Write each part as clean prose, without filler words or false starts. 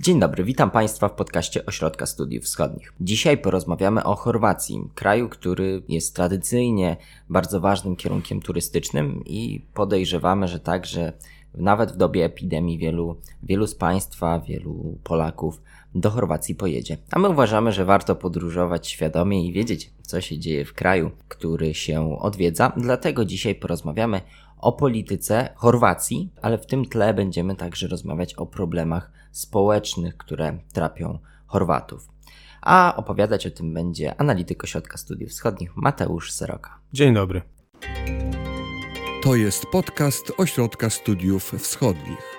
Dzień dobry, witam Państwa w podcaście Ośrodka Studiów Wschodnich. Dzisiaj porozmawiamy o Chorwacji, kraju, który jest tradycyjnie bardzo ważnym kierunkiem turystycznym i podejrzewamy, że także nawet w dobie epidemii wielu z Państwa, wielu Polaków do Chorwacji pojedzie. A my uważamy, że warto podróżować świadomie i wiedzieć, co się dzieje w kraju, który się odwiedza. Dlatego dzisiaj porozmawiamy o polityce Chorwacji, ale w tym tle będziemy także rozmawiać o problemach społecznych, które trapią Chorwatów. A opowiadać o tym będzie analityk Ośrodka Studiów Wschodnich Mateusz Seroka. Dzień dobry. To jest podcast Ośrodka Studiów Wschodnich.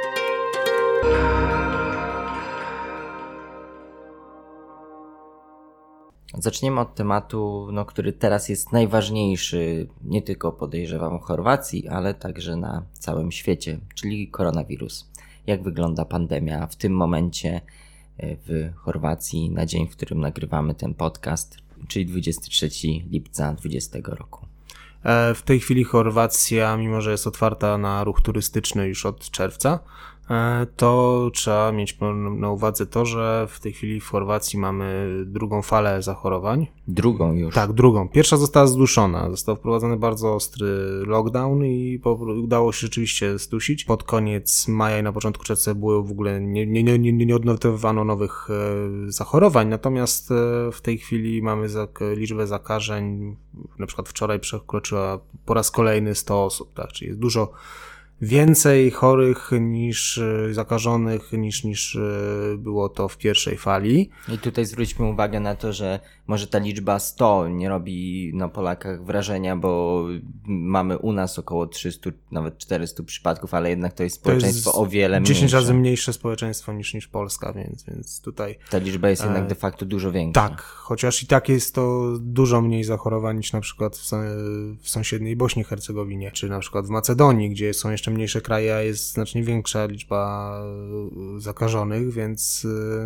Zaczniemy od tematu, który teraz jest najważniejszy, nie tylko podejrzewam w Chorwacji, ale także na całym świecie, czyli koronawirus. Jak wygląda pandemia w tym momencie w Chorwacji na dzień, w którym nagrywamy ten podcast, czyli 23 lipca 2020 roku? W tej chwili Chorwacja, mimo że jest otwarta na ruch turystyczny już od czerwca, to trzeba mieć na uwadze to, że w tej chwili w Chorwacji mamy drugą falę zachorowań. Drugą już? Tak, drugą. Pierwsza została zduszona. Został wprowadzony bardzo ostry lockdown i udało się rzeczywiście zdusić. Pod koniec maja i na początku czerwca było w ogóle nie odnotowywano nowych zachorowań, natomiast w tej chwili mamy liczbę zakażeń, na przykład wczoraj przekroczyła po raz kolejny 100 osób, tak, czyli jest dużo więcej chorych niż zakażonych niż było to w pierwszej fali. I tutaj zwróćmy uwagę na to, że może ta liczba 100 nie robi na Polakach wrażenia, bo mamy u nas około 300, nawet 400 przypadków, ale jednak to jest społeczeństwo o wiele mniejsze. 10 razy mniejsze społeczeństwo niż Polska, więc tutaj... Ta liczba jest jednak de facto dużo większa. Tak, chociaż i tak jest to dużo mniej zachorowań niż na przykład w sąsiedniej Bośni i Hercegowinie, czy na przykład w Macedonii, gdzie są jeszcze mniejsze kraje, a jest znacznie większa liczba zakażonych, więc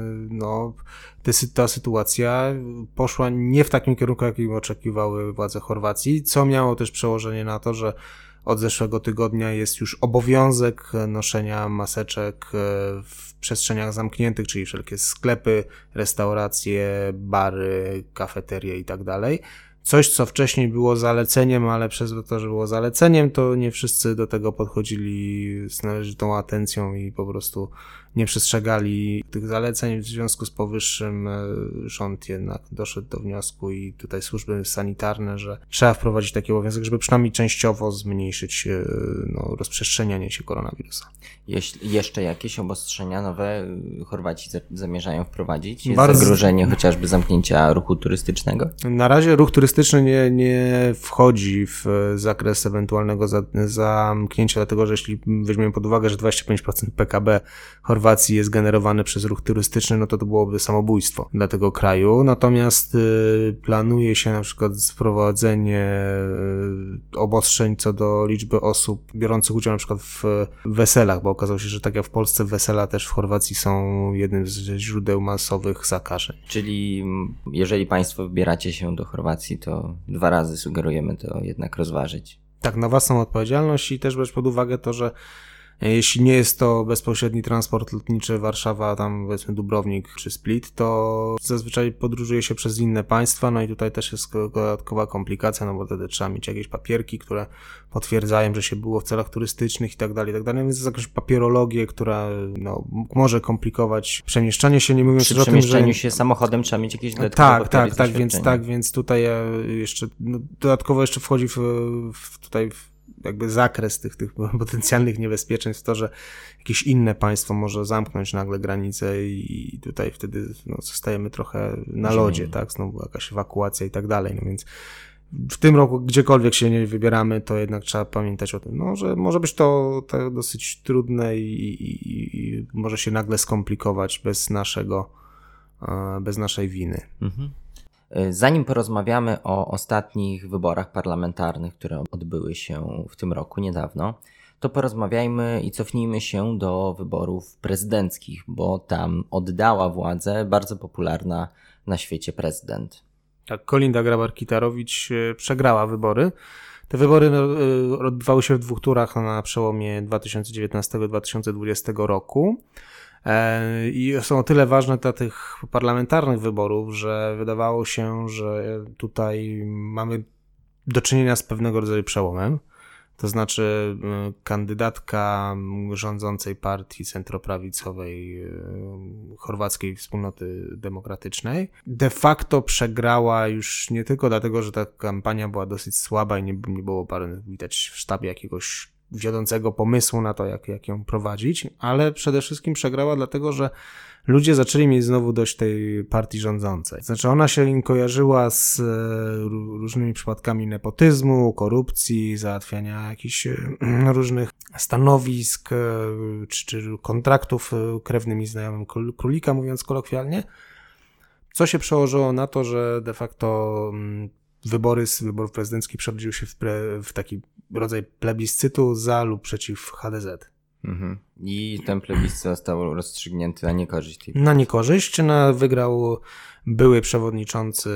ta sytuacja poszła nie w takim kierunku, jakim oczekiwały władze Chorwacji, co miało też przełożenie na to, że od zeszłego tygodnia jest już obowiązek noszenia maseczek w przestrzeniach zamkniętych, czyli wszelkie sklepy, restauracje, bary, kafeterie i tak dalej. Coś, co wcześniej było zaleceniem, ale przez to, że było zaleceniem, to nie wszyscy do tego podchodzili z należytą atencją i po prostu nie przestrzegali tych zaleceń. W związku z powyższym rząd jednak doszedł do wniosku i tutaj służby sanitarne, że trzeba wprowadzić taki obowiązek, żeby przynajmniej częściowo zmniejszyć rozprzestrzenianie się koronawirusa. Jeszcze jakieś obostrzenia nowe Chorwaci zamierzają wprowadzić? Jest zagrożenie chociażby zamknięcia ruchu turystycznego? Na razie ruch turystyczny nie wchodzi w zakres ewentualnego zamknięcia, dlatego że jeśli weźmiemy pod uwagę, że 25% PKB Chorwacji jest generowane przez ruch turystyczny, no to byłoby samobójstwo dla tego kraju. Natomiast planuje się na przykład wprowadzenie obostrzeń co do liczby osób biorących udział na przykład w weselach, bo okazało się, że tak jak w Polsce, wesela też w Chorwacji są jednym ze źródeł masowych zakażeń. Czyli jeżeli Państwo wybieracie się do Chorwacji, to 2 razy sugerujemy to jednak rozważyć. Tak, na własną odpowiedzialność i też brać pod uwagę to, że jeśli nie jest to bezpośredni transport lotniczy Warszawa, tam powiedzmy Dubrownik czy Split, to zazwyczaj podróżuje się przez inne państwa, no i tutaj też jest dodatkowa komplikacja, no bo wtedy trzeba mieć jakieś papierki, które potwierdzają, że się było w celach turystycznych i tak dalej, więc jest jakaś papierologię, która może komplikować przemieszczanie się, nie mówiąc przy o tym, że... Przy przemieszczaniu się samochodem trzeba mieć jakieś dodatkowe papiery. Więc tutaj jeszcze dodatkowo jeszcze wchodzi tutaj jakby zakres tych potencjalnych niebezpieczeństw, to, że jakieś inne państwo może zamknąć nagle granice i tutaj wtedy zostajemy trochę na lodzie, tak? Znowu jakaś ewakuacja i tak dalej, no więc w tym roku gdziekolwiek się nie wybieramy, to jednak trzeba pamiętać o tym, że może być to dosyć trudne i może się nagle skomplikować bez naszej winy. Mhm. Zanim porozmawiamy o ostatnich wyborach parlamentarnych, które odbyły się w tym roku niedawno, to porozmawiajmy i cofnijmy się do wyborów prezydenckich, bo tam oddała władzę bardzo popularna na świecie prezydent. Tak, Kolinda Grabar-Kitarović przegrała wybory. Te wybory odbywały się w 2 turach na przełomie 2019-2020 roku. I są o tyle ważne dla tych parlamentarnych wyborów, że wydawało się, że tutaj mamy do czynienia z pewnego rodzaju przełomem. To znaczy kandydatka rządzącej partii centroprawicowej Chorwackiej Wspólnoty Demokratycznej de facto przegrała już nie tylko dlatego, że ta kampania była dosyć słaba i nie było widać w sztabie jakiegoś wiodącego pomysłu na to, jak ją prowadzić, ale przede wszystkim przegrała dlatego, że ludzie zaczęli mieć znowu dość tej partii rządzącej. Znaczy ona się im kojarzyła z różnymi przypadkami nepotyzmu, korupcji, załatwiania jakichś różnych stanowisk czy kontraktów krewnymi znajomym królika, mówiąc kolokwialnie, co się przełożyło na to, że de facto wyborów prezydenckich przerodziły się w taki rodzaj plebiscytu za lub przeciw HDZ. Mhm. I ten plebiscyt został rozstrzygnięty na niekorzyść tej Na niekorzyść. Wygrał były przewodniczący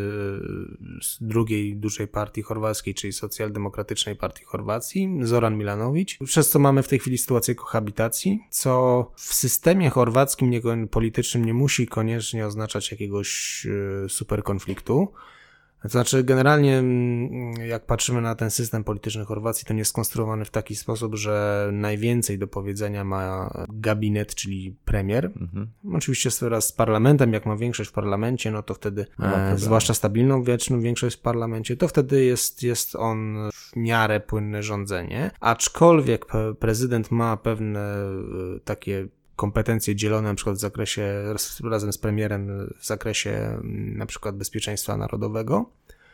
drugiej dużej partii chorwackiej, czyli Socjaldemokratycznej Partii Chorwacji, Zoran Milanović, przez co mamy w tej chwili sytuację kohabitacji, co w systemie chorwackim politycznym nie musi koniecznie oznaczać jakiegoś super konfliktu. To znaczy generalnie jak patrzymy na ten system polityczny Chorwacji, to nie jest skonstruowany w taki sposób, że najwięcej do powiedzenia ma gabinet, czyli premier. Oczywiście wraz z parlamentem, jak ma większość w parlamencie, no to wtedy, zwłaszcza stabilną większość w parlamencie, to wtedy jest on w miarę płynne rządzenie. Aczkolwiek prezydent ma pewne takie kompetencje dzielone na przykład w zakresie, razem z premierem w zakresie na przykład bezpieczeństwa narodowego,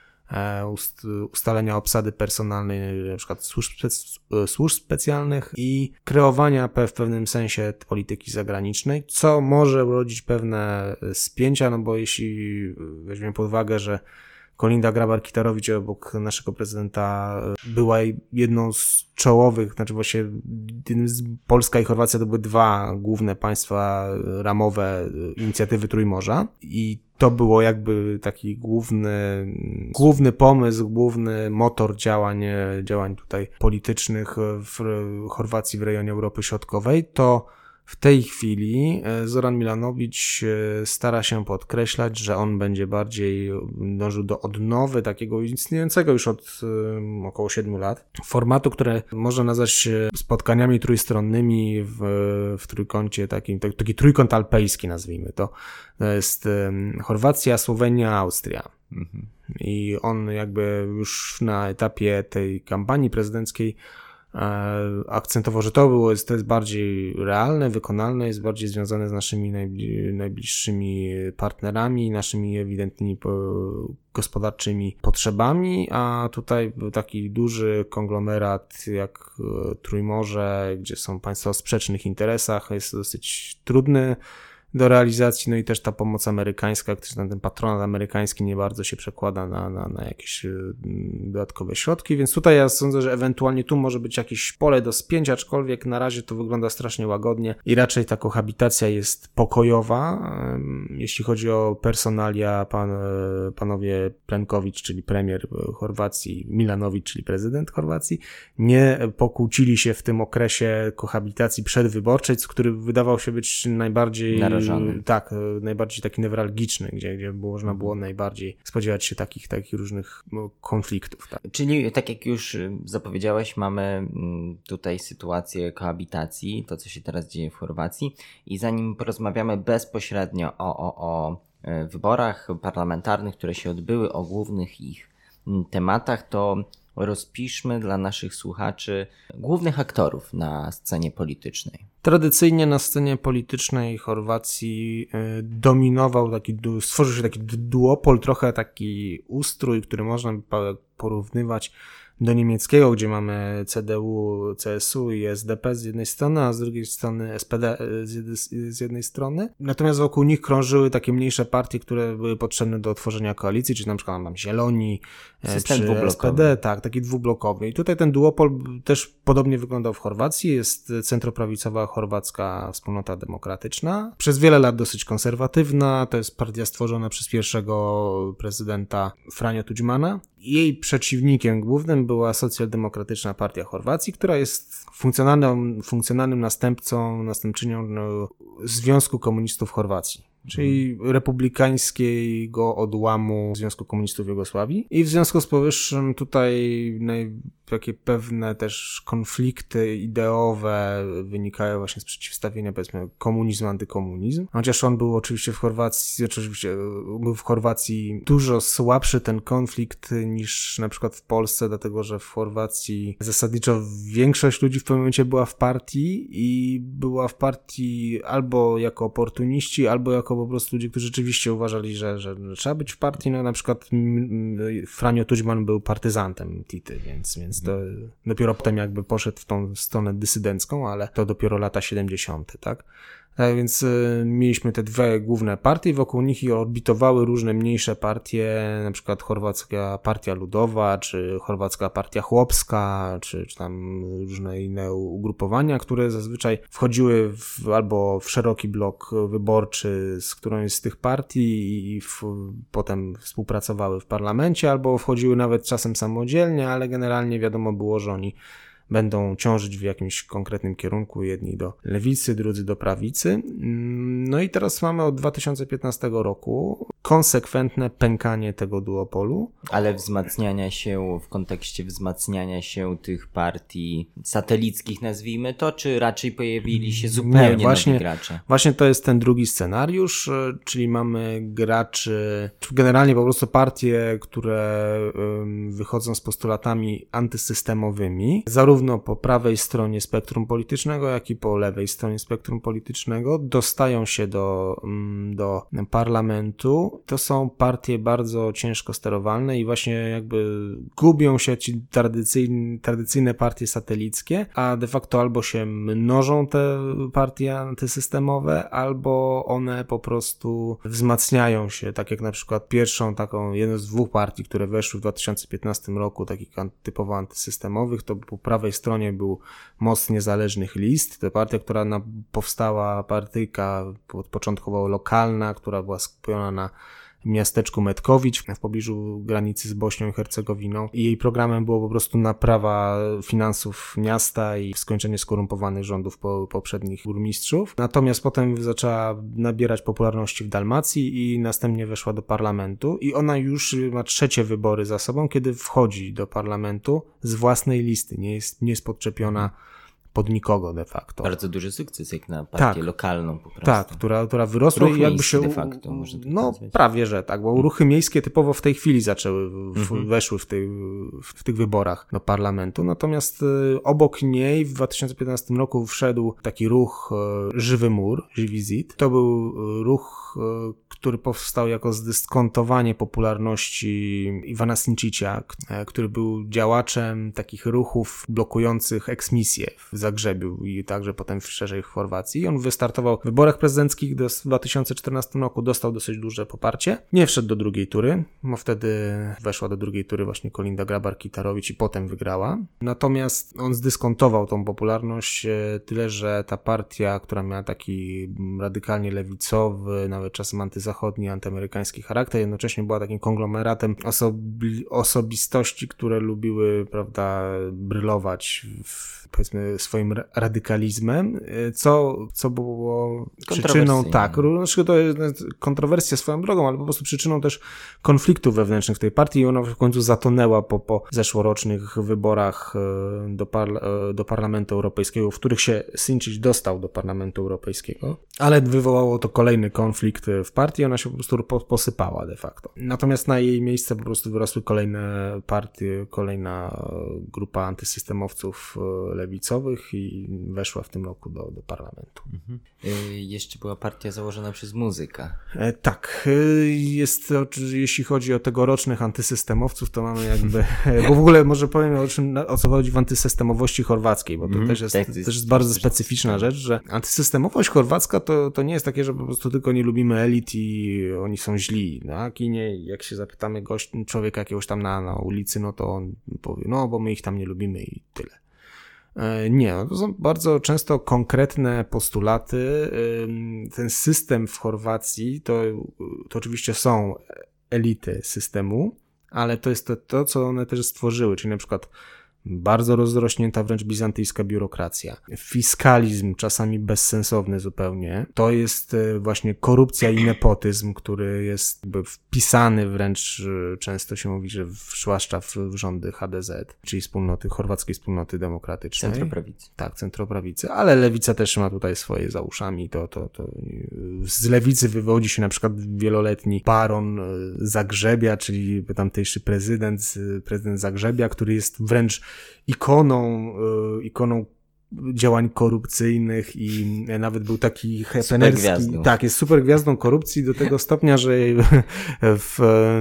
ustalenia obsady personalnej na przykład służb specjalnych i kreowania w pewnym sensie polityki zagranicznej, co może urodzić pewne spięcia, no bo jeśli weźmiemy pod uwagę, że Kolinda Grabar-Kitarowicz obok naszego prezydenta była jedną z czołowych, znaczy właśnie Polska i Chorwacja to były dwa główne państwa ramowe inicjatywy Trójmorza i to było jakby taki główny pomysł, główny motor działań tutaj politycznych w Chorwacji w rejonie Europy Środkowej, to w tej chwili Zoran Milanović stara się podkreślać, że on będzie bardziej dążył do odnowy takiego istniejącego już od około 7 lat formatu, które można nazwać spotkaniami trójstronnymi w trójkącie takim, taki trójkąt alpejski nazwijmy to. To jest Chorwacja, Słowenia, Austria. I on jakby już na etapie tej kampanii prezydenckiej akcentował, że to jest bardziej realne, wykonalne, jest bardziej związane z naszymi najbliższymi partnerami, naszymi ewidentnymi gospodarczymi potrzebami, a tutaj taki duży konglomerat jak Trójmorze, gdzie są państwa o sprzecznych interesach, jest dosyć trudny do realizacji, no i też ta pomoc amerykańska, ten patronat amerykański nie bardzo się przekłada na jakieś dodatkowe środki, więc tutaj ja sądzę, że ewentualnie tu może być jakieś pole do spięcia, aczkolwiek na razie to wygląda strasznie łagodnie i raczej ta kohabitacja jest pokojowa. Jeśli chodzi o personalia, panowie Plenković, czyli premier Chorwacji, Milanović, czyli prezydent Chorwacji, nie pokłócili się w tym okresie kohabitacji przedwyborczej, który wydawał się być najbardziej najbardziej taki newralgiczny, gdzie można było najbardziej spodziewać się takich różnych konfliktów. Tak. Czyli tak jak już zapowiedziałeś, mamy tutaj sytuację kohabitacji, to co się teraz dzieje w Chorwacji i zanim porozmawiamy bezpośrednio o wyborach parlamentarnych, które się odbyły, o głównych ich tematach, to rozpiszmy dla naszych słuchaczy głównych aktorów na scenie politycznej. Tradycyjnie na scenie politycznej Chorwacji stworzył się taki duopol, trochę taki ustrój, który można porównywać do niemieckiego, gdzie mamy CDU, CSU i SDP z jednej strony, a z drugiej strony SPD z jednej strony. Natomiast wokół nich krążyły takie mniejsze partie, które były potrzebne do tworzenia koalicji, czyli na przykład mam Zieloni, czy SPD, tak, taki dwublokowy. I tutaj ten duopol też podobnie wyglądał w Chorwacji. Jest centroprawicowa chorwacka Wspólnota Demokratyczna. Przez wiele lat dosyć konserwatywna. To jest partia stworzona przez pierwszego prezydenta Franjo Tudjmana. Jej przeciwnikiem głównym była Socjaldemokratyczna Partia Chorwacji, która jest funkcjonalnym następczynią Związku Komunistów Chorwacji, czyli republikańskiego odłamu Związku Komunistów Jugosławii. I w związku z powyższym tutaj takie pewne też konflikty ideowe wynikają właśnie z przeciwstawienia, powiedzmy, komunizm-antykomunizm. Chociaż on był oczywiście w Chorwacji dużo słabszy ten konflikt niż na przykład w Polsce, dlatego że w Chorwacji zasadniczo większość ludzi w pewnym momencie była w partii i była w partii albo jako oportuniści, albo jako po prostu ludzie, którzy rzeczywiście uważali, że trzeba być w partii. No na przykład Franjo Tuđman był partyzantem Tity, więc to dopiero potem jakby poszedł w tą stronę dysydencką, ale to dopiero lata 70., tak? Tak więc mieliśmy te dwie główne partie, wokół nich orbitowały różne mniejsze partie, na przykład Chorwacka Partia Ludowa, czy Chorwacka Partia Chłopska, czy tam różne inne ugrupowania, które zazwyczaj wchodziły albo w szeroki blok wyborczy z którąś z tych partii i potem współpracowały w parlamencie, albo wchodziły nawet czasem samodzielnie, ale generalnie wiadomo było, że oni będą ciążyć w jakimś konkretnym kierunku, jedni do lewicy, drudzy do prawicy. No i teraz mamy od 2015 roku konsekwentne pękanie tego duopolu. Ale wzmacniania się, w kontekście wzmacniania się tych partii satelickich, nazwijmy to, czy raczej pojawili się zupełnie nowi gracze? Właśnie to jest ten drugi scenariusz, czyli mamy graczy, generalnie po prostu partie, które wychodzą z postulatami antysystemowymi, zarówno po prawej stronie spektrum politycznego, jak i po lewej stronie spektrum politycznego, dostają się do parlamentu. To są partie bardzo ciężko sterowalne i właśnie jakby gubią się ci tradycyjne partie satelickie, a de facto albo się mnożą te partie antysystemowe, albo one po prostu wzmacniają się, tak jak na przykład jedną z dwóch partii, które weszły w 2015 roku, takich typowo antysystemowych, to po prawej stronie był Most Niezależnych List, to partia, która powstała, partyjka początkowo lokalna, która była skupiona na miasteczku Metkowicz w pobliżu granicy z Bośnią i Hercegowiną i jej programem było po prostu naprawa finansów miasta i skończenie skorumpowanych rządów poprzednich burmistrzów. Natomiast potem zaczęła nabierać popularności w Dalmacji i następnie weszła do parlamentu i ona już ma trzecie wybory za sobą, kiedy wchodzi do parlamentu z własnej listy, nie jest podczepiona pod nikogo de facto. Bardzo duży sukces jak na partię lokalną po prostu. Tak, która wyrosła ruch i jakby się... de facto, można tak nazwać. Prawie, że tak, bo ruchy miejskie typowo w tej chwili weszły w tych wyborach do parlamentu, natomiast obok niej w 2015 roku wszedł taki ruch Żywy Mur, Żivizit. To był ruch, który powstał jako zdyskontowanie popularności Ivana Sinčića, który był działaczem takich ruchów blokujących eksmisję w Zagrzebiu i także potem szerzej w Chorwacji. On wystartował w wyborach prezydenckich w 2014 roku, dostał dosyć duże poparcie. Nie wszedł do drugiej tury, bo wtedy weszła do drugiej tury właśnie Kolinda Grabar-Kitarowicz i potem wygrała. Natomiast on zdyskontował tą popularność tyle, że ta partia, która miała taki radykalnie lewicowy, nawet czasem antyzachodni, antyamerykański charakter, jednocześnie była takim konglomeratem osobistości, które lubiły, prawda, brylować powiedzmy swoim radykalizmem, co było przyczyną, tak, to jest kontrowersja swoją drogą, ale po prostu przyczyną też konfliktów wewnętrznych w tej partii i ona w końcu zatonęła po zeszłorocznych wyborach do Parlamentu Europejskiego, w których się Sinčić dostał do Parlamentu Europejskiego, ale wywołało to kolejny konflikt w partii, ona się po prostu posypała de facto. Natomiast na jej miejsce po prostu wyrosły kolejne partie, kolejna grupa antysystemowców lewicowych i weszła w tym roku do parlamentu. Jeszcze była partia założona przez Muzyka. Tak, jest, jeśli chodzi o tegorocznych antysystemowców, to mamy jakby, bo w ogóle może powiem o co chodzi w antysystemowości chorwackiej, bo to też jest bardzo specyficzna rzecz, że antysystemowość chorwacka to nie jest takie, że po prostu tylko nie lubimy elit i oni są źli, tak? I nie, jak się zapytamy człowieka jakiegoś tam na ulicy, no to on powie, no bo my ich tam nie lubimy i tyle. Nie, to są bardzo często konkretne postulaty. Ten system w Chorwacji to oczywiście są elity systemu, ale to jest to, co one też stworzyły, czyli na przykład bardzo rozrośnięta wręcz bizantyjska biurokracja, fiskalizm czasami bezsensowny zupełnie, to jest właśnie korupcja i nepotyzm, który jest jakby wpisany wręcz, często się mówi, że zwłaszcza w rządy HDZ, czyli chorwackiej wspólnoty demokratycznej. Centroprawicy. Tak, centroprawicy, ale lewica też ma tutaj swoje za uszami, to z lewicy wywodzi się na przykład wieloletni baron Zagrzebia, czyli tamtejszy prezydent Zagrzebia, który jest wręcz ikoną działań korupcyjnych i nawet był taki hepenerski. Tak, jest super gwiazdą korupcji do tego stopnia, że w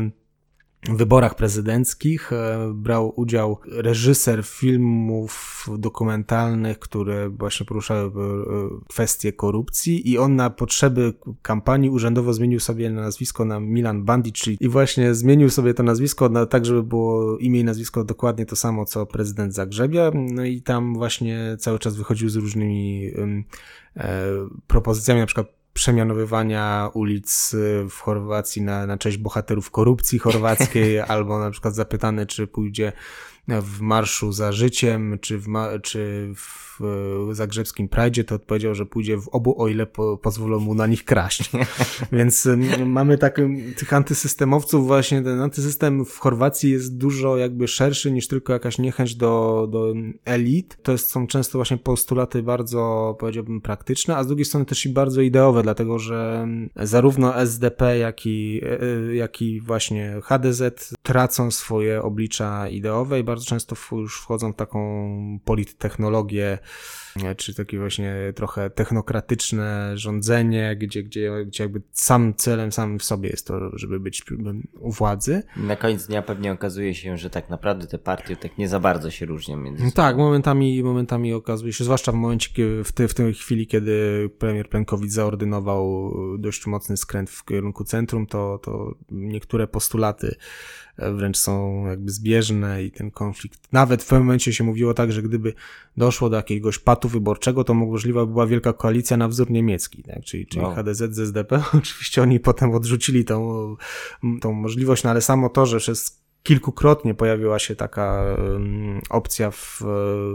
wyborach prezydenckich brał udział reżyser filmów dokumentalnych, które właśnie poruszały kwestie korupcji i on na potrzeby kampanii urzędowo zmienił sobie nazwisko na Milan Bandic, czyli i właśnie zmienił sobie to nazwisko tak, żeby było imię i nazwisko dokładnie to samo, co prezydent Zagrzebia, no i tam właśnie cały czas wychodził z różnymi propozycjami, na przykład przemianowywania ulic w Chorwacji na cześć bohaterów korupcji chorwackiej, albo na przykład zapytany, czy pójdzie w Marszu za Życiem, czy w zagrzebskim Prajdzie, to odpowiedział, że pójdzie w obu, o ile pozwolą mu na nich kraść. Więc mamy tych antysystemowców właśnie, ten antysystem w Chorwacji jest dużo jakby szerszy niż tylko jakaś niechęć do elit. To są często właśnie postulaty bardzo, powiedziałbym, praktyczne, a z drugiej strony też i bardzo ideowe, dlatego że zarówno SDP, jak i właśnie HDZ tracą swoje oblicza ideowe i bardzo często już wchodzą w taką polittechnologię, czy takie właśnie trochę technokratyczne rządzenie, gdzie jakby celem samym w sobie jest to, żeby być u władzy. Na koniec dnia pewnie okazuje się, że tak naprawdę te partie tak nie za bardzo się różnią między sobą. Tak, momentami okazuje się, zwłaszcza w momencie, w tej chwili, kiedy premier Plenković zaordynował dość mocny skręt w kierunku centrum, to niektóre postulaty wręcz są jakby zbieżne i ten konflikt. Nawet w pewnym momencie się mówiło tak, że gdyby doszło do jakiegoś patu wyborczego, to możliwa była wielka koalicja na wzór niemiecki, tak? Czyli HDZ z SDP. Oczywiście oni potem odrzucili tą możliwość, no ale samo to, że przez kilkukrotnie pojawiła się taka opcja w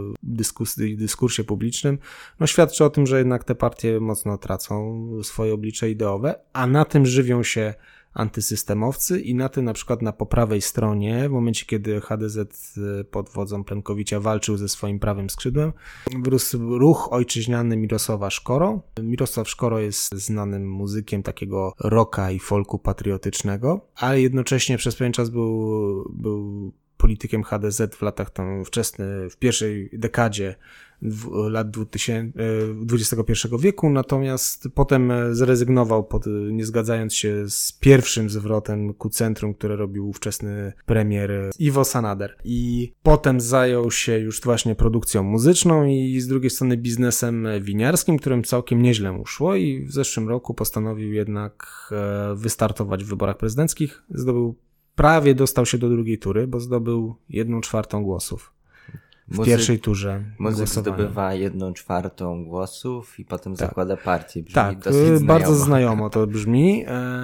dyskursie publicznym, no świadczy o tym, że jednak te partie mocno tracą swoje oblicze ideowe, a na tym żywią się antysystemowcy i na tym na przykład na po prawej stronie, w momencie kiedy HDZ pod wodzą Plenkovicia walczył ze swoim prawym skrzydłem, wyrósł ruch ojczyźniany Mirosława Szkoro. Mirosław Szkoro jest znanym muzykiem takiego rocka i folku patriotycznego, ale jednocześnie przez pewien czas był politykiem HDZ w latach w pierwszej dekadzie lat 2000, XXI wieku, natomiast potem zrezygnował, nie zgadzając się z pierwszym zwrotem ku centrum, które robił ówczesny premier Ivo Sanader. I potem zajął się już właśnie produkcją muzyczną i z drugiej strony biznesem winiarskim, którym całkiem nieźle mu szło i w zeszłym roku postanowił jednak wystartować w wyborach prezydenckich. Prawie dostał się do drugiej tury, bo zdobył 1/4 głosów. W pierwszej turze muzyk zdobywa 1/4 głosów i potem zakłada partię. Brzmi tak, dosyć znajomo. Bardzo znajomo to brzmi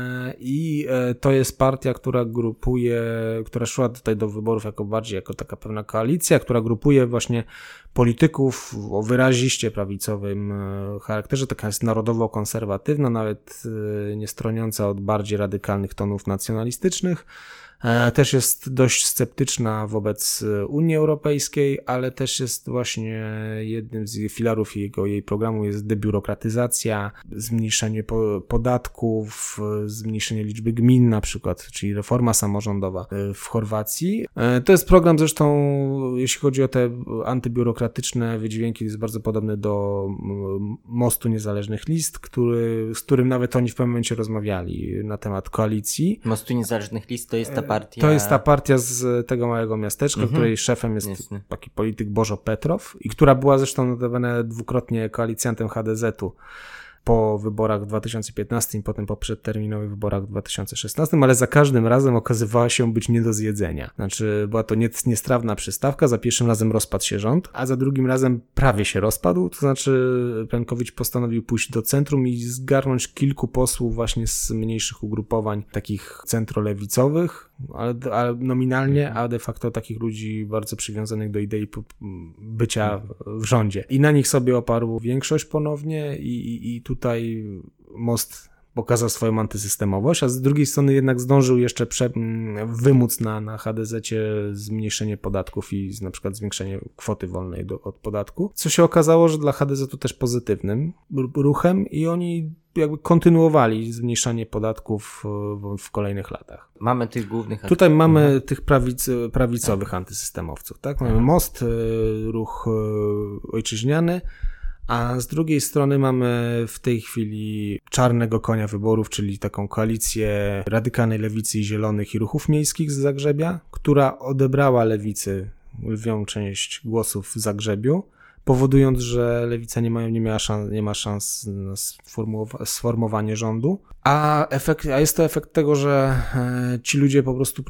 i to jest partia, która szła tutaj do wyborów jako taka pewna koalicja, która grupuje właśnie polityków o wyraziście prawicowym charakterze, taka jest narodowo-konserwatywna, nawet nie stroniąca od bardziej radykalnych tonów nacjonalistycznych. Też jest dość sceptyczna wobec Unii Europejskiej, ale też jest właśnie jednym z filarów jej programu jest debiurokratyzacja, zmniejszenie podatków, zmniejszenie liczby gmin na przykład, czyli reforma samorządowa w Chorwacji. To jest program zresztą, jeśli chodzi o te antybiurokratyczne wydźwięki, jest bardzo podobny do Mostu Niezależnych List, z którym nawet oni w pewnym momencie rozmawiali na temat koalicji. Mostu Niezależnych List to jest ta partia? To jest ta partia z tego małego miasteczka, której szefem jest taki polityk Bożo Petrow i która była zresztą notabene dwukrotnie koalicjantem HDZ-u po wyborach w 2015 i potem po przedterminowych wyborach w 2016, ale za każdym razem okazywała się być nie do zjedzenia. Znaczy była to niestrawna przystawka, za pierwszym razem rozpadł się rząd, a za drugim razem prawie się rozpadł, to znaczy Plenković postanowił pójść do centrum i zgarnąć kilku posłów właśnie z mniejszych ugrupowań, takich centrolewicowych, ale nominalnie, a de facto takich ludzi bardzo przywiązanych do idei bycia w rządzie. I na nich sobie oparł większość ponownie i tutaj Most pokazał swoją antysystemowość, a z drugiej strony jednak zdążył jeszcze wymóc na HDZ-cie zmniejszenie podatków i na przykład zwiększenie kwoty wolnej od podatku, co się okazało, że dla HDZ-u też pozytywnym ruchem i oni jakby kontynuowali zmniejszanie podatków w kolejnych latach. Mamy tych głównych... Tutaj mamy tych prawicowych antysystemowców, tak? Mamy Most, ruch ojczyźniany, a z drugiej strony mamy w tej chwili czarnego konia wyborów, czyli taką koalicję radykalnej lewicy i zielonych i ruchów miejskich z Zagrzebia, która odebrała lewicy lwią część głosów w Zagrzebiu, powodując, że lewica nie ma szans na sformowanie rządu. A jest to efekt tego, że ci ludzie po prostu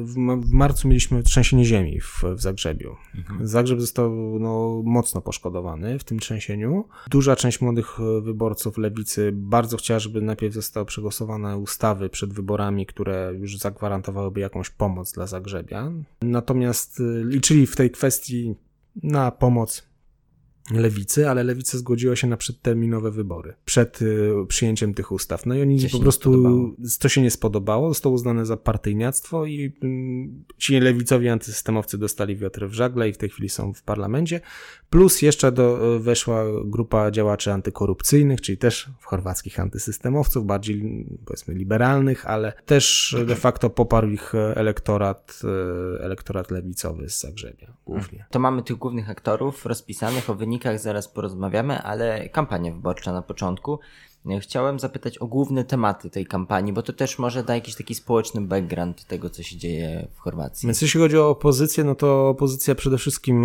w marcu mieliśmy trzęsienie ziemi w Zagrzebiu. Zagrzeb został mocno poszkodowany w tym trzęsieniu. Duża część młodych wyborców lewicy bardzo chciała, żeby najpierw zostały przegłosowane ustawy przed wyborami, które już zagwarantowałyby jakąś pomoc dla Zagrzebia. Natomiast liczyli w tej kwestii na pomoc lewicy, ale lewica zgodziła się na przedterminowe wybory przed przyjęciem tych ustaw. No i oni po prostu, to się nie spodobało, zostało uznane za partyjniactwo i ci lewicowi antysystemowcy dostali wiatr w żagle i w tej chwili są w parlamencie. Plus jeszcze weszła grupa działaczy antykorupcyjnych, czyli też chorwackich antysystemowców, bardziej powiedzmy liberalnych, ale też de facto poparł ich elektorat lewicowy z Zagrzebia głównie. To mamy tych głównych aktorów rozpisanych, o wynikach zaraz porozmawiamy, ale kampania wyborcza na początku. Chciałem zapytać o główne tematy tej kampanii, bo to też może da jakiś taki społeczny background tego, co się dzieje w Chorwacji. Więc jeśli chodzi o opozycję, no to opozycja przede wszystkim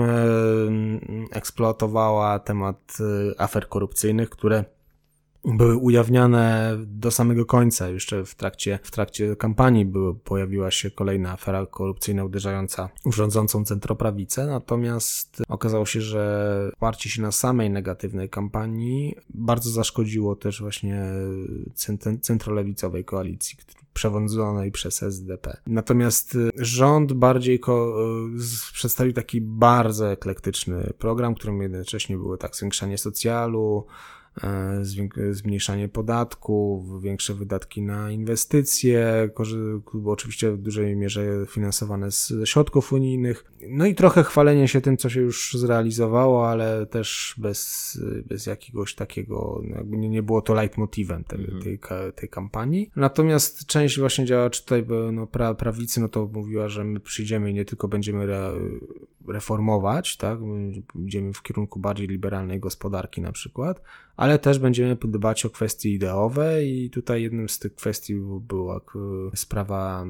eksploatowała temat afer korupcyjnych, które były ujawniane do samego końca. Jeszcze w trakcie kampanii pojawiła się kolejna afera korupcyjna uderzająca w rządzącą centroprawicę, natomiast okazało się, że oparcie się na samej negatywnej kampanii bardzo zaszkodziło też właśnie centrolewicowej koalicji, przewodzonej przez SDP. Natomiast rząd bardziej przedstawił taki bardzo eklektyczny program, którym jednocześnie były tak zwiększanie socjalu, zmniejszanie podatków, większe wydatki na inwestycje, oczywiście w dużej mierze finansowane ze środków unijnych. No i trochę chwalenie się tym, co się już zrealizowało, ale też bez jakiegoś takiego, jakby nie było to leitmotivem tej kampanii. Natomiast część właśnie działaczy tutaj prawicy, no to mówiła, że my przyjdziemy i nie tylko będziemy reformować, tak, idziemy w kierunku bardziej liberalnej gospodarki na przykład, ale też będziemy dbać o kwestie ideowe i tutaj jednym z tych kwestii była sprawa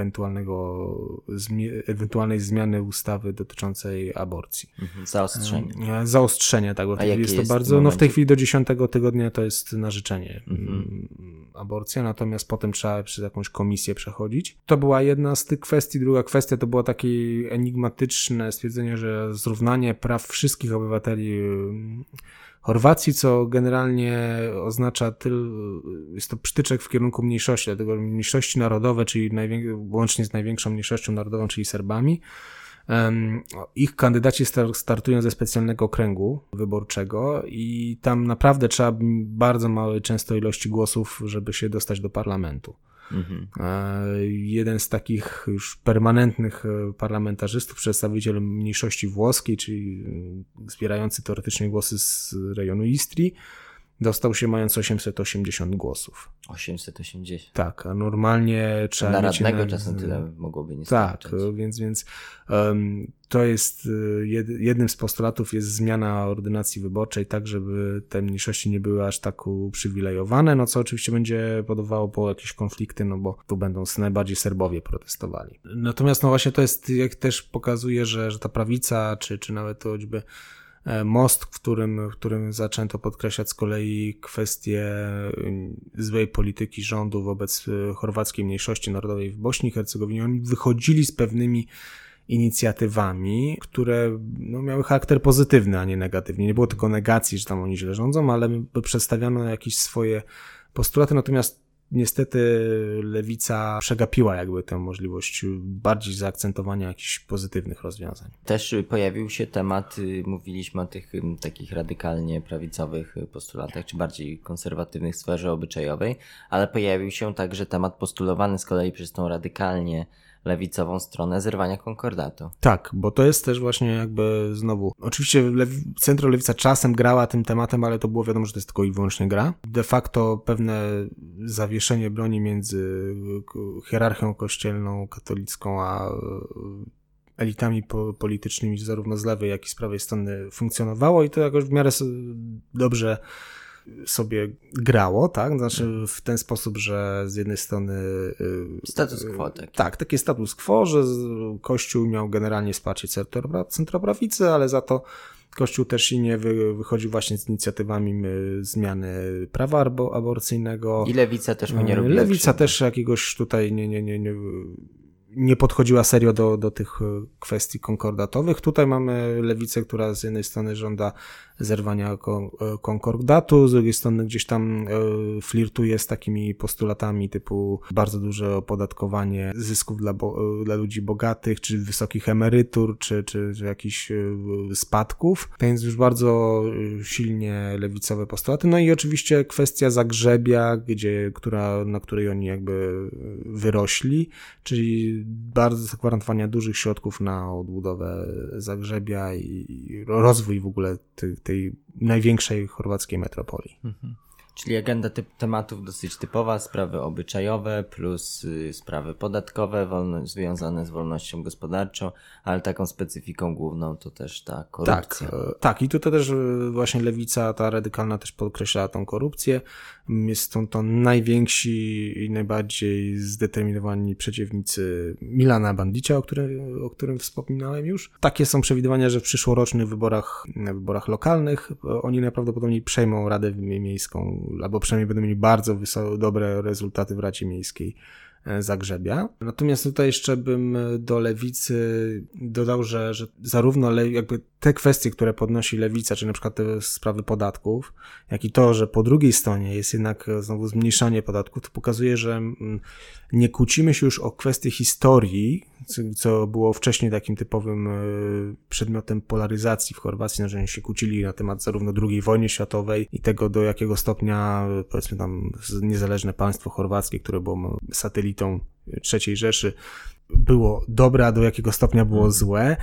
ewentualnej zmiany ustawy dotyczącej aborcji. Zaostrzenia, tak, bo jest to bardzo, w tej chwili do 10 tygodnia to jest na życzenie aborcja, natomiast potem trzeba przez jakąś komisję przechodzić. To była jedna z tych kwestii. Druga kwestia to było takie enigmatyczne stwierdzenie, że zrównanie praw wszystkich obywateli Chorwacji, co generalnie oznacza jest to przytyczek w kierunku mniejszości, dlatego mniejszości narodowe, czyli łącznie z największą mniejszością narodową, czyli Serbami. Ich kandydaci startują ze specjalnego okręgu wyborczego i tam naprawdę trzeba bardzo małej często ilości głosów, żeby się dostać do parlamentu. Jeden z takich już permanentnych parlamentarzystów, przedstawiciel mniejszości włoskiej, czyli zbierający teoretycznie głosy z rejonu Istrii, dostał się mając 880 głosów. 880? Tak, a normalnie trzeba na mieć... radnego czasem tyle mogłoby nie starczyć. Tak, więc to jest jednym z postulatów jest zmiana ordynacji wyborczej tak, żeby te mniejszości nie były aż tak uprzywilejowane, no co oczywiście będzie powodowało po jakieś konflikty, no bo tu będą najbardziej Serbowie protestowali. Natomiast no właśnie to jest, jak też pokazuje, że ta prawica, czy nawet to choćby most, w którym zaczęto podkreślać z kolei kwestię złej polityki rządu wobec chorwackiej mniejszości narodowej w Bośni i Hercegowinie. Oni wychodzili z pewnymi inicjatywami, które miały charakter pozytywny, a nie negatywny. Nie było tylko negacji, że tam oni źle rządzą, ale przedstawiano jakieś swoje postulaty, natomiast niestety lewica przegapiła jakby tę możliwość bardziej zaakcentowania jakichś pozytywnych rozwiązań. Też pojawił się temat, mówiliśmy o tych takich radykalnie prawicowych postulatach, czy bardziej konserwatywnych w sferze obyczajowej, ale pojawił się także temat postulowany z kolei przez tą radykalnie lewicową stronę zerwania konkordatu. Tak, bo to jest też właśnie jakby znowu, oczywiście centrolewica czasem grała tym tematem, ale to było wiadomo, że to jest tylko i wyłącznie gra. De facto pewne zawieszenie broni między hierarchią kościelną, katolicką, a elitami politycznymi zarówno z lewej, jak i z prawej strony funkcjonowało i to jakoś w miarę dobrze sobie grało, tak? Znaczy w ten sposób, że z jednej strony status quo, tak, taki status quo, że Kościół miał generalnie wsparcie centroprawicy, ale za to Kościół też i nie wychodził właśnie z inicjatywami zmiany prawa aborcyjnego. I lewica też mu nie robiła. Lewica też jakiegoś tutaj nie podchodziła serio do tych kwestii konkordatowych. Tutaj mamy lewicę, która z jednej strony żąda zerwania konkordatu, z drugiej strony gdzieś tam flirtuje z takimi postulatami typu bardzo duże opodatkowanie zysków dla ludzi bogatych, czy wysokich emerytur, czy jakichś spadków. To jest już bardzo silnie lewicowe postulaty. No i oczywiście kwestia Zagrzebia, na której oni jakby wyrośli, czyli bardzo zagwarantowania dużych środków na odbudowę Zagrzebia i rozwój w ogóle tej największej chorwackiej metropolii. Mhm. Czyli agenda tematów dosyć typowa, sprawy obyczajowe plus sprawy podatkowe związane z wolnością gospodarczą, ale taką specyfiką główną to też ta korupcja. Tak. I tutaj też właśnie lewica, ta radykalna też podkreślała tą korupcję. Jest to najwięksi i najbardziej zdeterminowani przeciwnicy Milana Bandicia, o którym wspominałem już. Takie są przewidywania, że w przyszłorocznych wyborach lokalnych oni najprawdopodobniej przejmą Radę Miejską, albo przynajmniej będą mieli bardzo dobre rezultaty w Radzie Miejskiej Zagrzebia. Natomiast tutaj jeszcze bym do lewicy dodał, że zarówno jakby te kwestie, które podnosi lewica, czyli na przykład te sprawy podatków, jak i to, że po drugiej stronie jest jednak znowu zmniejszanie podatków, to pokazuje, że nie kłócimy się już o kwestie historii, co było wcześniej takim typowym przedmiotem polaryzacji w Chorwacji, że oni się kłócili na temat zarówno II wojny światowej i tego, do jakiego stopnia, powiedzmy tam, niezależne państwo chorwackie, które było satelitą III Rzeszy, było dobre, a do jakiego stopnia było złe,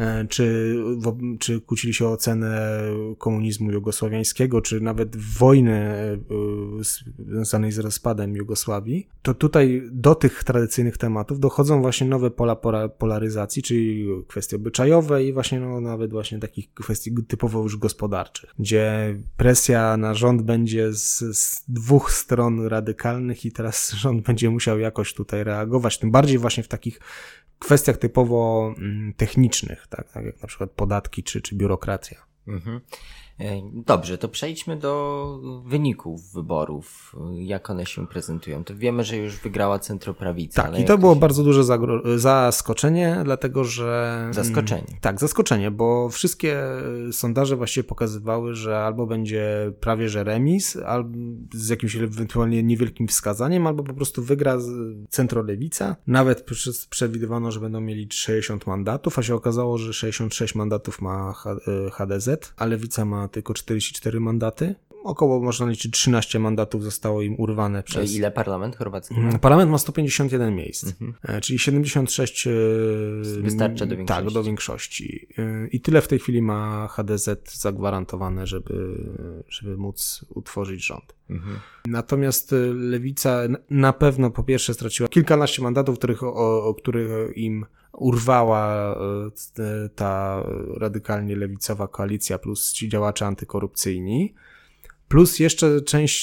czy kłócili się o cenę komunizmu jugosłowiańskiego, czy nawet wojny związanej z rozpadem Jugosławii, to tutaj do tych tradycyjnych tematów dochodzą właśnie nowe pola polaryzacji, czyli kwestie obyczajowe i właśnie nawet właśnie takich kwestii typowo już gospodarczych, gdzie presja na rząd będzie z dwóch stron radykalnych i teraz rząd będzie musiał jakoś tutaj reagować, tym bardziej właśnie w takich kwestiach typowo technicznych, tak jak na przykład podatki czy biurokracja. Mhm. Dobrze, to przejdźmy do wyników wyborów, jak one się prezentują. To wiemy, że już wygrała centroprawica. Tak, i to było bardzo duże zaskoczenie, dlatego że... Zaskoczenie. Tak, zaskoczenie, bo wszystkie sondaże właściwie pokazywały, że albo będzie prawie że remis, albo z jakimś ewentualnie niewielkim wskazaniem, albo po prostu wygra centrolewica. Nawet przewidywano, że będą mieli 60 mandatów, a się okazało, że 66 mandatów ma HDZ, a lewica ma tylko 44 mandaty. Około, można liczyć, 13 mandatów zostało im urwane przez... Ile parlament chorwacki? Parlament ma 151 miejsc, czyli 76... Wystarcza do większości. Tak, do większości. I tyle w tej chwili ma HDZ zagwarantowane, żeby móc utworzyć rząd. Natomiast lewica na pewno po pierwsze straciła kilkanaście mandatów, o których im urwała ta radykalnie lewicowa koalicja plus ci działacze antykorupcyjni. Plus jeszcze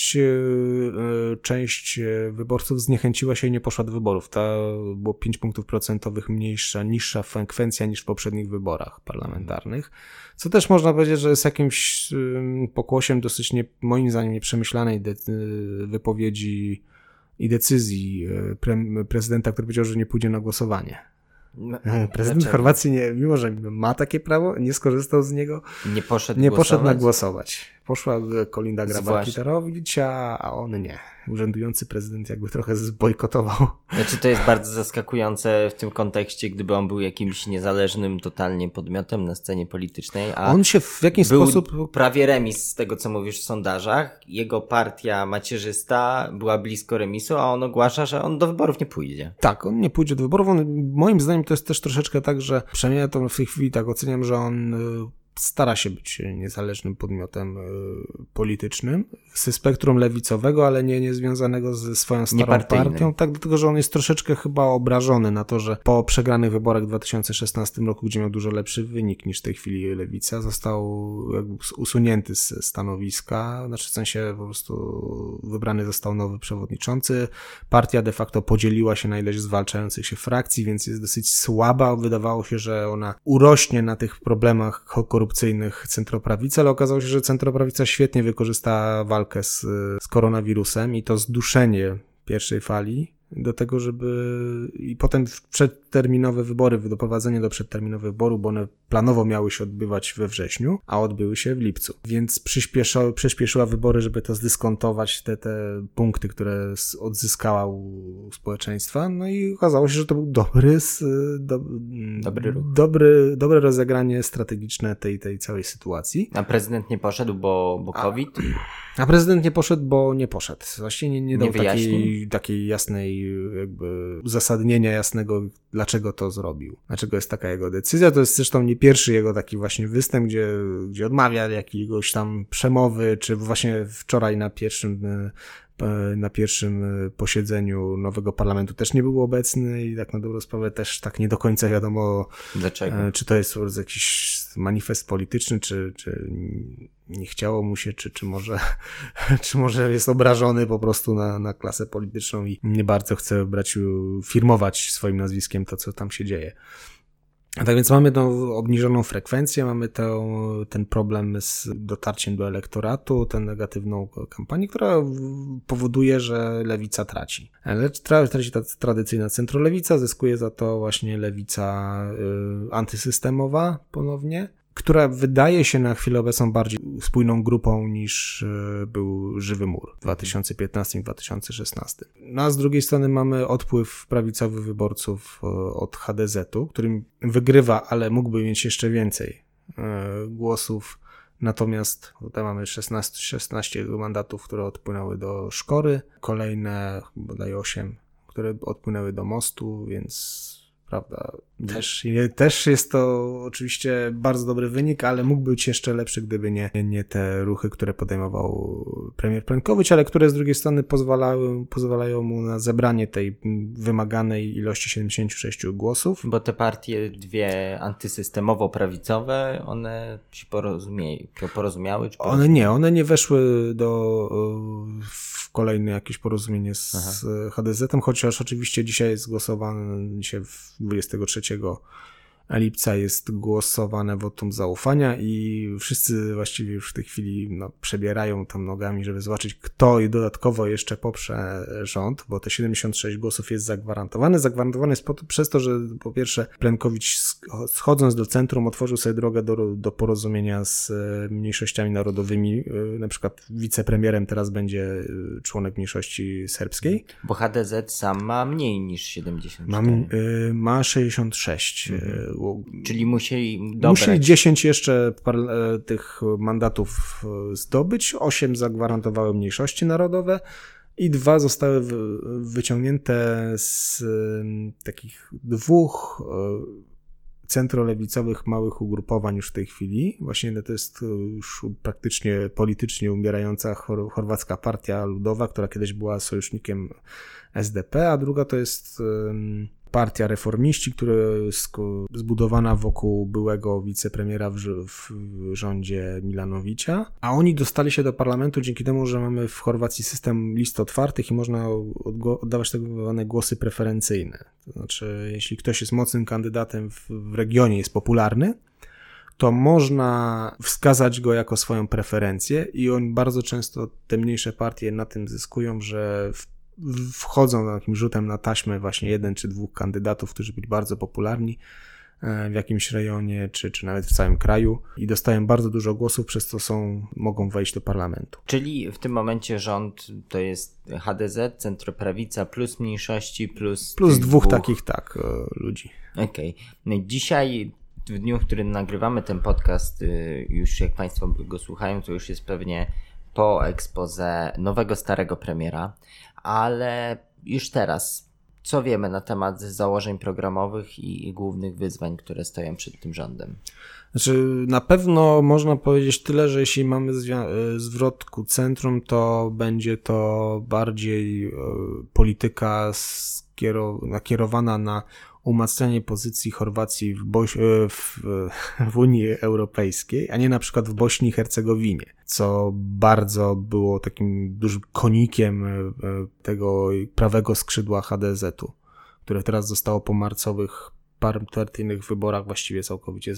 część wyborców zniechęciła się i nie poszła do wyborów. To było 5 punktów procentowych niższa frekwencja niż w poprzednich wyborach parlamentarnych. Co też można powiedzieć, że jest jakimś pokłosiem dosyć, moim zdaniem, nieprzemyślanej wypowiedzi i decyzji prezydenta, który powiedział, że nie pójdzie na głosowanie. Prezydent Chorwacji, mimo że ma takie prawo, nie skorzystał z niego, nie poszedł na głosować. Poszła Kolinda Grabar-Kitarović, a on nie. Urzędujący prezydent jakby trochę zbojkotował. Znaczy to jest bardzo zaskakujące w tym kontekście, gdyby on był jakimś niezależnym totalnie podmiotem na scenie politycznej, a on się w jakiś sposób... Był prawie remis z tego, co mówisz w sondażach. Jego partia macierzysta była blisko remisu, a on ogłasza, że on do wyborów nie pójdzie. Tak, on nie pójdzie do wyborów. Moim zdaniem to jest też troszeczkę tak, że przynajmniej ja to w tej chwili tak oceniam, że on stara się być niezależnym podmiotem politycznym, ze spektrum lewicowego, ale nie związanego ze swoją starą partią, tak, dlatego, że on jest troszeczkę chyba obrażony na to, że po przegranych wyborach w 2016 roku, gdzie miał dużo lepszy wynik niż w tej chwili lewica, został jakby usunięty z stanowiska, znaczy w sensie po prostu wybrany został nowy przewodniczący, partia de facto podzieliła się na ileś zwalczających się frakcji, więc jest dosyć słaba, wydawało się, że ona urośnie na tych problemach korupcyjnych centroprawicy, ale okazało się, że centroprawica świetnie wykorzysta walkę z koronawirusem i to zduszenie pierwszej fali do tego, żeby i potem przedterminowe wybory, doprowadzenie do przedterminowych wyborów, bo one planowo miały się odbywać we wrześniu, a odbyły się w lipcu. Więc przyspieszyła wybory, żeby to zdyskontować, te punkty, które odzyskała u społeczeństwa. No i okazało się, że to był dobre rozegranie strategiczne tej całej sytuacji. A prezydent nie poszedł, bo COVID? A prezydent nie poszedł, bo nie poszedł. Właściwie nie dał takiej jasnej jakby uzasadnienia jasnego, dlaczego to zrobił. Dlaczego jest taka jego decyzja. To jest zresztą nie pierwszy jego taki właśnie występ, gdzie odmawia jakiegoś tam przemowy, czy właśnie wczoraj na pierwszym posiedzeniu nowego parlamentu też nie był obecny i tak na dobrą sprawę też tak nie do końca wiadomo, dlaczego? Czy to jest jakiś manifest polityczny, czy nie chciało mu się, czy może jest obrażony po prostu na klasę polityczną i nie bardzo chce firmować swoim nazwiskiem to, co tam się dzieje. A tak więc mamy tą obniżoną frekwencję, mamy ten problem z dotarciem do elektoratu, tę negatywną kampanię, która powoduje, że lewica traci. Traci ta tradycyjna centrolewica, zyskuje za to właśnie lewica antysystemowa ponownie, która wydaje się na chwilę obecną bardziej spójną grupą niż był Żywy Mur w 2015 i 2016. No a z drugiej strony mamy odpływ prawicowych wyborców od HDZ-u, którym wygrywa, ale mógłby mieć jeszcze więcej głosów. Natomiast tutaj mamy 16 mandatów, które odpłynęły do Szkory, kolejne bodaj 8, które odpłynęły do Mostu, więc prawda, też jest to oczywiście bardzo dobry wynik, ale mógł być jeszcze lepszy, gdyby nie te ruchy, które podejmował premier Plenković, ale które z drugiej strony pozwalają mu na zebranie tej wymaganej ilości 76 głosów. Bo te partie dwie antysystemowo-prawicowe, one się porozumiały? One nie weszły w kolejne jakieś porozumienie z HDZ-em, chociaż oczywiście dzisiaj jest głosowane, 23 lipca jest głosowane wotum zaufania i wszyscy właściwie już w tej chwili przebierają tam nogami, żeby zobaczyć, kto dodatkowo jeszcze poprze rząd, bo te 76 głosów jest zagwarantowane. Zagwarantowane jest przez to, że po pierwsze Plenković schodząc do centrum otworzył sobie drogę do porozumienia z mniejszościami narodowymi, na przykład wicepremierem teraz będzie członek mniejszości serbskiej. Bo HDZ sam ma mniej niż 74. Ma 66. Czyli musi 10 jeszcze tych mandatów zdobyć, 8 zagwarantowały mniejszości narodowe i 2 zostały wyciągnięte z takich 2 centrolewicowych małych ugrupowań już w tej chwili. Właśnie to jest już praktycznie politycznie umierająca chorwacka partia ludowa, która kiedyś była sojusznikiem SDP, a druga to jest partia Reformiści, która zbudowana wokół byłego wicepremiera w rządzie Milanowicza, a oni dostali się do parlamentu dzięki temu, że mamy w Chorwacji system list otwartych i można oddawać tak zwane głosy preferencyjne. To znaczy, jeśli ktoś jest mocnym kandydatem w regionie, jest popularny, to można wskazać go jako swoją preferencję i oni bardzo często, te mniejsze partie na tym zyskują, że wchodzą takim rzutem na taśmę właśnie 1 czy 2 kandydatów, którzy byli bardzo popularni w jakimś rejonie, czy nawet w całym kraju i dostają bardzo dużo głosów, przez co mogą wejść do parlamentu. Czyli w tym momencie rząd to jest HDZ, centroprawica plus mniejszości plus 2 takich ludzi. Okej. No i dzisiaj, w dniu, w którym nagrywamy ten podcast, już jak Państwo go słuchają, to już jest pewnie po expose nowego, starego premiera, ale już teraz, co wiemy na temat założeń programowych i głównych wyzwań, które stoją przed tym rządem? Znaczy, na pewno można powiedzieć tyle, że jeśli mamy zwrot ku centrum, to będzie to bardziej polityka nakierowana na umacnianie pozycji Chorwacji w Unii Europejskiej, a nie na przykład w Bośni i Hercegowinie, co bardzo było takim dużym konikiem tego prawego skrzydła HDZ-u, które teraz zostało po marcowych partyjnych wyborach właściwie całkowicie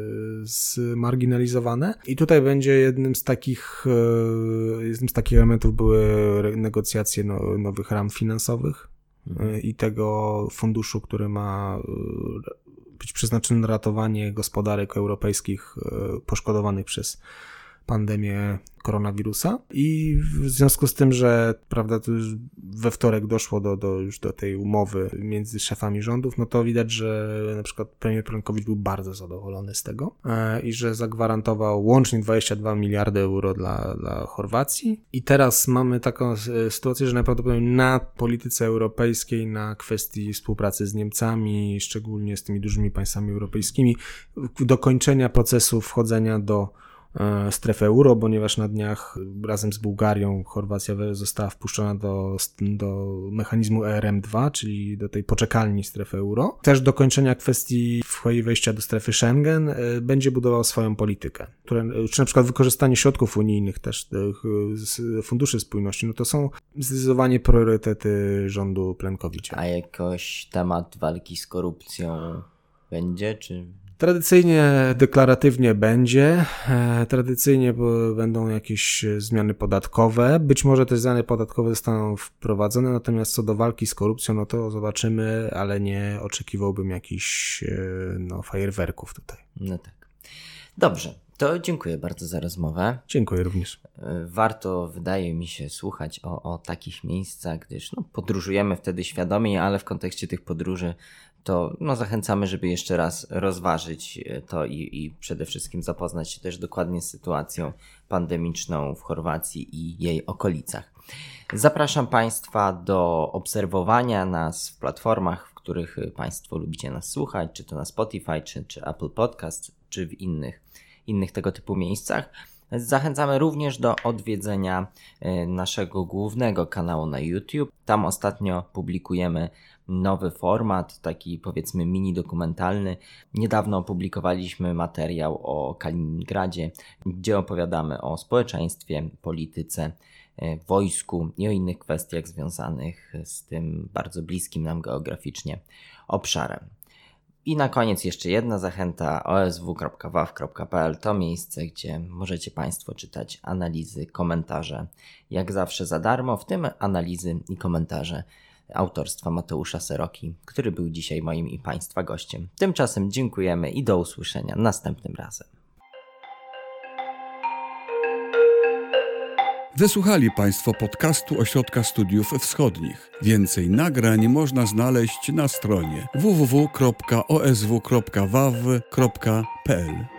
zmarginalizowane. I tutaj będzie jednym z takich elementów były negocjacje nowych ram finansowych i tego funduszu, który ma być przeznaczony na ratowanie gospodarek europejskich poszkodowanych przez pandemię koronawirusa. I w związku z tym, że prawda, to już we wtorek doszło już do tej umowy między szefami rządów, no to widać, że na przykład premier Plenković był bardzo zadowolony z tego i że zagwarantował łącznie 22 miliardy euro dla Chorwacji. I teraz mamy taką sytuację, że najprawdopodobniej na polityce europejskiej, na kwestii współpracy z Niemcami, szczególnie z tymi dużymi państwami europejskimi, dokończenia procesu wchodzenia do strefę euro, ponieważ na dniach razem z Bułgarią Chorwacja została wpuszczona do mechanizmu ERM2, czyli do tej poczekalni strefy euro. Też dokończenia kwestii wejścia do strefy Schengen będzie budował swoją politykę, czy na przykład wykorzystanie środków unijnych też z funduszy spójności, no to są zdecydowanie priorytety rządu Plenkovicia. A jakoś temat walki z korupcją będzie, czy... Tradycyjnie, deklaratywnie będzie. Tradycyjnie będą jakieś zmiany podatkowe. Być może te zmiany podatkowe zostaną wprowadzone, natomiast co do walki z korupcją, no to zobaczymy, ale nie oczekiwałbym jakichś fajerwerków tutaj. No tak. Dobrze. To dziękuję bardzo za rozmowę. Dziękuję również. Warto, wydaje mi się, słuchać o takich miejscach, gdyż podróżujemy wtedy świadomie, ale w kontekście tych podróży to zachęcamy, żeby jeszcze raz rozważyć to i przede wszystkim zapoznać się też dokładnie z sytuacją pandemiczną w Chorwacji i jej okolicach. Zapraszam Państwa do obserwowania nas w platformach, w których Państwo lubicie nas słuchać, czy to na Spotify, czy Apple Podcast, czy w innych tego typu miejscach. Zachęcamy również do odwiedzenia naszego głównego kanału na YouTube. Tam ostatnio publikujemy nowy format, taki powiedzmy mini dokumentalny. Niedawno opublikowaliśmy materiał o Kaliningradzie, gdzie opowiadamy o społeczeństwie, polityce, wojsku i o innych kwestiach związanych z tym bardzo bliskim nam geograficznie obszarem. I na koniec jeszcze jedna zachęta: osw.waw.pl to miejsce, gdzie możecie Państwo czytać analizy, komentarze, jak zawsze za darmo, w tym analizy i komentarze autorstwa Mateusza Seroki, który był dzisiaj moim i Państwa gościem. Tymczasem dziękujemy i do usłyszenia następnym razem. Wysłuchali Państwo podcastu Ośrodka Studiów Wschodnich. Więcej nagrań można znaleźć na stronie www.osw.waw.pl.